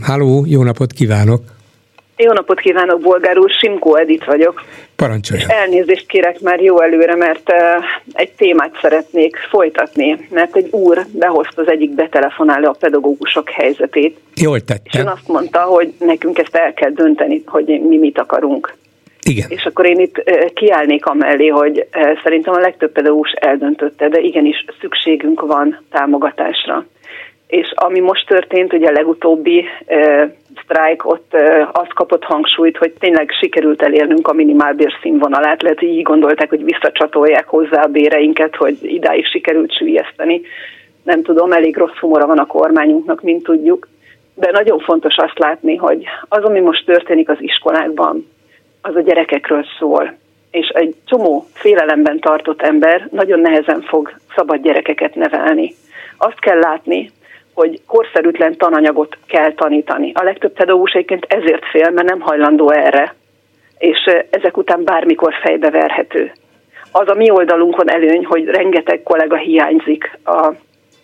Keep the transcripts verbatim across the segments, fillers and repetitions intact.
Halló, jó napot kívánok! Jó napot kívánok, Bolgár úr, Simkó Edit vagyok. Parancsolja. Elnézést kérek már jó előre, mert uh, egy témát szeretnék folytatni, mert egy úr behozta az egyik betelefonáló a pedagógusok helyzetét. Jól tettem. És ön azt mondta, hogy nekünk ezt el kell dönteni, hogy mi mit akarunk. Igen. És akkor én itt uh, kiállnék amellé, hogy uh, szerintem a legtöbb pedagógus eldöntötte, de igenis szükségünk van támogatásra. És ami most történt, ugye a legutóbbi uh, sztrájk, ott uh, azt kapott hangsúlyt, hogy tényleg sikerült elérnünk a minimálbér színvonalát. Lehet, hogy így gondolták, hogy visszacsatolják hozzá a béreinket, hogy idáig sikerült süllyeszteni. Nem tudom, elég rossz humora van a kormányunknak, mint tudjuk. De nagyon fontos azt látni, hogy az, ami most történik az iskolákban, az a gyerekekről szól. És egy csomó félelemben tartott ember nagyon nehezen fog szabad gyerekeket nevelni. Azt kell látni, hogy korszerűtlen tananyagot kell tanítani. A legtöbb pedagógus egyébként ezért fél, mert nem hajlandó erre, és ezek után bármikor fejbeverhető. Az a mi oldalunkon előny, hogy rengeteg kollega hiányzik a, a,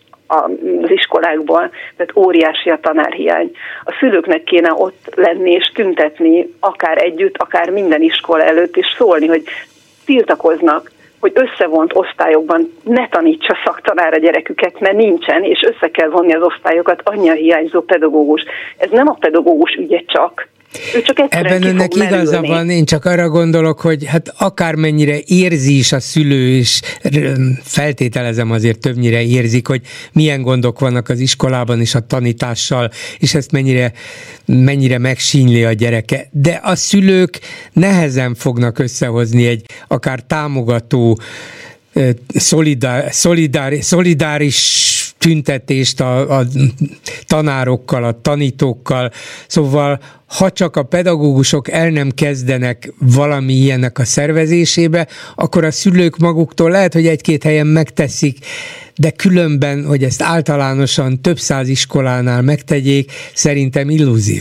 az iskolákból, tehát óriási a tanárhiány. A szülőknek kéne ott lenni és tüntetni, akár együtt, akár minden iskola előtt, és szólni, hogy tiltakoznak, hogy összevont osztályokban ne tanítsa szaktanár a gyereküket, mert nincsen, és össze kell vonni az osztályokat, annyi a hiányzó pedagógus. Ez nem a pedagógus ügye csak. Ő csak Ebben önnek igaza van, én csak arra gondolok, hogy hát akármennyire érzi is a szülő, és feltételezem azért többnyire érzik, hogy milyen gondok vannak az iskolában és a tanítással, és ezt mennyire, mennyire megsínyli a gyereke. De a szülők nehezen fognak összehozni egy akár támogató, szolidár, szolidár, szolidáris tüntetést a, a tanárokkal, a tanítókkal. Szóval, ha csak a pedagógusok el nem kezdenek valami ilyennek a szervezésébe, akkor a szülők maguktól lehet, hogy egy-két helyen megteszik, de különben, hogy ezt általánosan több száz iskolánál megtegyék, szerintem illúzió.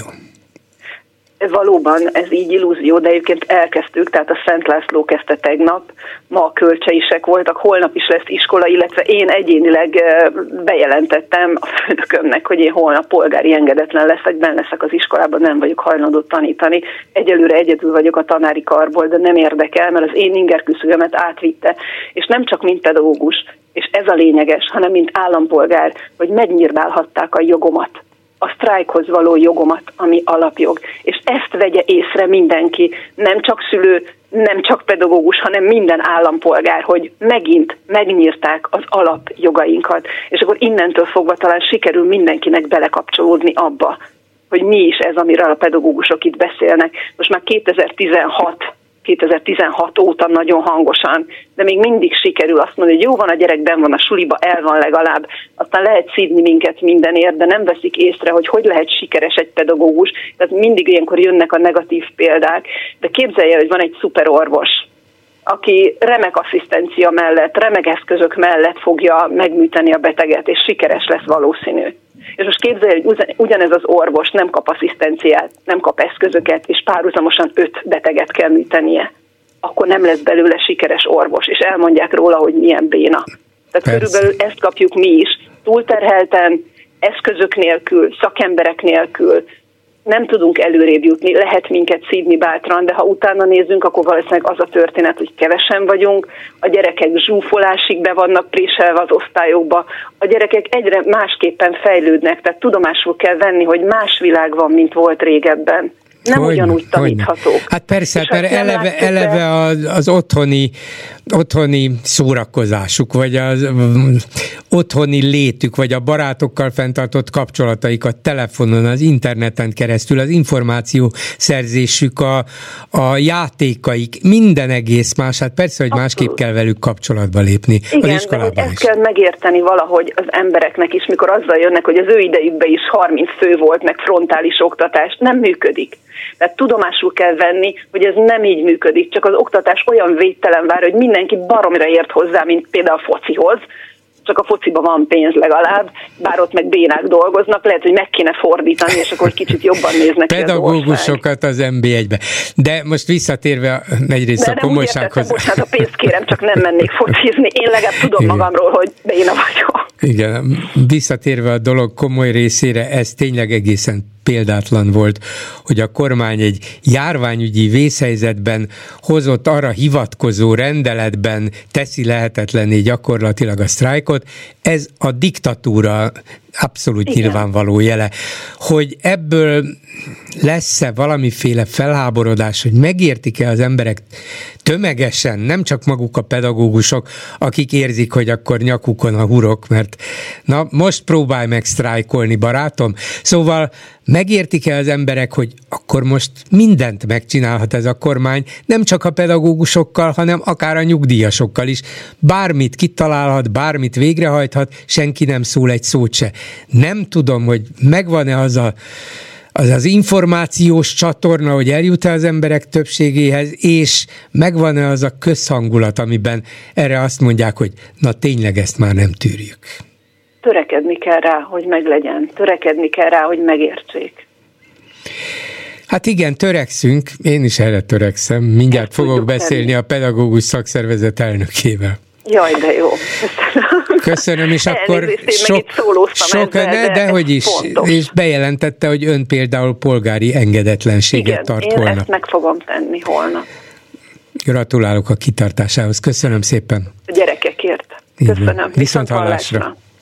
Valóban ez így illúzió, de egyébként elkezdtük, tehát a Szent László kezdte tegnap, ma a kölcseisek voltak, holnap is lesz iskola, illetve én egyénileg bejelentettem a főnökömnek, hogy én holnap polgári engedetlen leszek, benn leszek az iskolában, nem vagyok hajlandó tanítani. Egyelőre egyedül vagyok a tanári karból, de nem érdekel, mert az én ingerküszöbömet átvitte, és nem csak mint pedagógus, és ez a lényeges, hanem mint állampolgár, hogy megnyírbálhatták a jogomat, a sztrájkhoz való jogomat, ami alapjog. És ezt vegye észre mindenki, nem csak szülő, nem csak pedagógus, hanem minden állampolgár, hogy megint megnyírták az alapjogainkat. És akkor innentől fogva talán sikerül mindenkinek belekapcsolódni abba, hogy mi is ez, amiről a pedagógusok itt beszélnek. Most már kétezer-tizenhat kétezer-tizenhat óta nagyon hangosan, de még mindig sikerül azt mondani, hogy jó van, a gyerek benn van a suliba, el van legalább, aztán lehet szídni minket mindenért, de nem veszik észre, hogy hogy lehet sikeres egy pedagógus, tehát mindig ilyenkor jönnek a negatív példák, de képzelje, hogy van egy szuperorvos, aki remek asszisztencia mellett, remek eszközök mellett fogja megműteni a beteget, és sikeres lesz valószínű. És most képzelje, hogy ugyanez az orvos nem kap asszisztenciát, nem kap eszközöket, és párhuzamosan öt beteget kell műtenie. Akkor nem lesz belőle sikeres orvos, és elmondják róla, hogy milyen béna. Tehát Persze. körülbelül ezt kapjuk mi is. Túlterhelten, eszközök nélkül, szakemberek nélkül, nem tudunk előrébb jutni, lehet minket szídni bátran, de ha utána nézzünk, akkor valószínűleg az a történet, hogy kevesen vagyunk, a gyerekek zsúfolásig be vannak préselve az osztályokba, a gyerekek egyre másképpen fejlődnek, tehát tudomásul kell venni, hogy más világ van, mint volt régebben. Nem hogyne, ugyanúgy tanítható. Hogyne. Hát persze, mert eleve, eleve az, az otthoni, otthoni szórakozásuk, vagy az otthoni létük, vagy a barátokkal fenntartott kapcsolataikat telefonon, az interneten keresztül, az információ szerzésük, a, a játékaik, minden egész más. Hát persze, hogy másképp kell velük kapcsolatba lépni. Igen, az iskolában de ezt is. kell megérteni valahogy az embereknek is, mikor azzal jönnek, hogy az ő idejükben is harminc fő volt, meg frontális oktatás, nem működik. Tehát tudomásul kell venni, hogy ez nem így működik, csak az oktatás olyan védtelen vár, hogy mindenki baromira ért hozzá, mint például a focihoz, csak a fociban van pénz legalább, bár ott meg bénák dolgoznak, lehet, hogy meg kéne fordítani, és akkor kicsit jobban néznek ki az pedagógusokat az em bé egybe. De most visszatérve egyrészt de a komolysághoz. De bocsánat, a pénzt kérem, csak nem mennék focizni. Én legalább tudom Igen. magamról, hogy béna vagyok. Igen, visszatérve a dolog komoly részére, ez tényleg egészen példátlan volt, hogy a kormány egy járványügyi vészhelyzetben hozott arra hivatkozó rendeletben teszi lehetetlenné gyakorlatilag a sztrájkot. Ez a diktatúra abszolút Igen. nyilvánvaló jele. Hogy ebből lesz-e valamiféle felháborodás, hogy megértik-e az emberek tömegesen, nem csak maguk a pedagógusok, akik érzik, hogy akkor nyakukon a hurok, mert na most próbálj meg sztrájkolni, barátom. Szóval megértik-e az emberek, hogy akkor most mindent megcsinálhat ez a kormány, nem csak a pedagógusokkal, hanem akár a nyugdíjasokkal is. Bármit kitalálhat, bármit végrehajthat, senki nem szól egy szót se. Nem tudom, hogy megvan-e az a az az információs csatorna, hogy eljut-e az emberek többségéhez, és megvan-e az a közhangulat, amiben erre azt mondják, hogy na tényleg ezt már nem tűrjük. Törekedni kell rá, hogy meglegyen. Törekedni kell rá, hogy megértsék. Hát igen, törekszünk, én is erre törekszem. Mindjárt Ezt fogok beszélni tenni. a pedagógus szakszervezet elnökével. Jaj, de jó. Köszönöm. Köszönöm, és akkor sok, sok ezzel, de, de hogy is, fontos. És bejelentette, hogy ön például polgári engedetlenséget Igen, tart én holnap. Igen, ezt meg fogom tenni holnap. Gratulálok a kitartásához. Köszönöm szépen. A gyerekekért. Köszönöm. Viszont hallásra.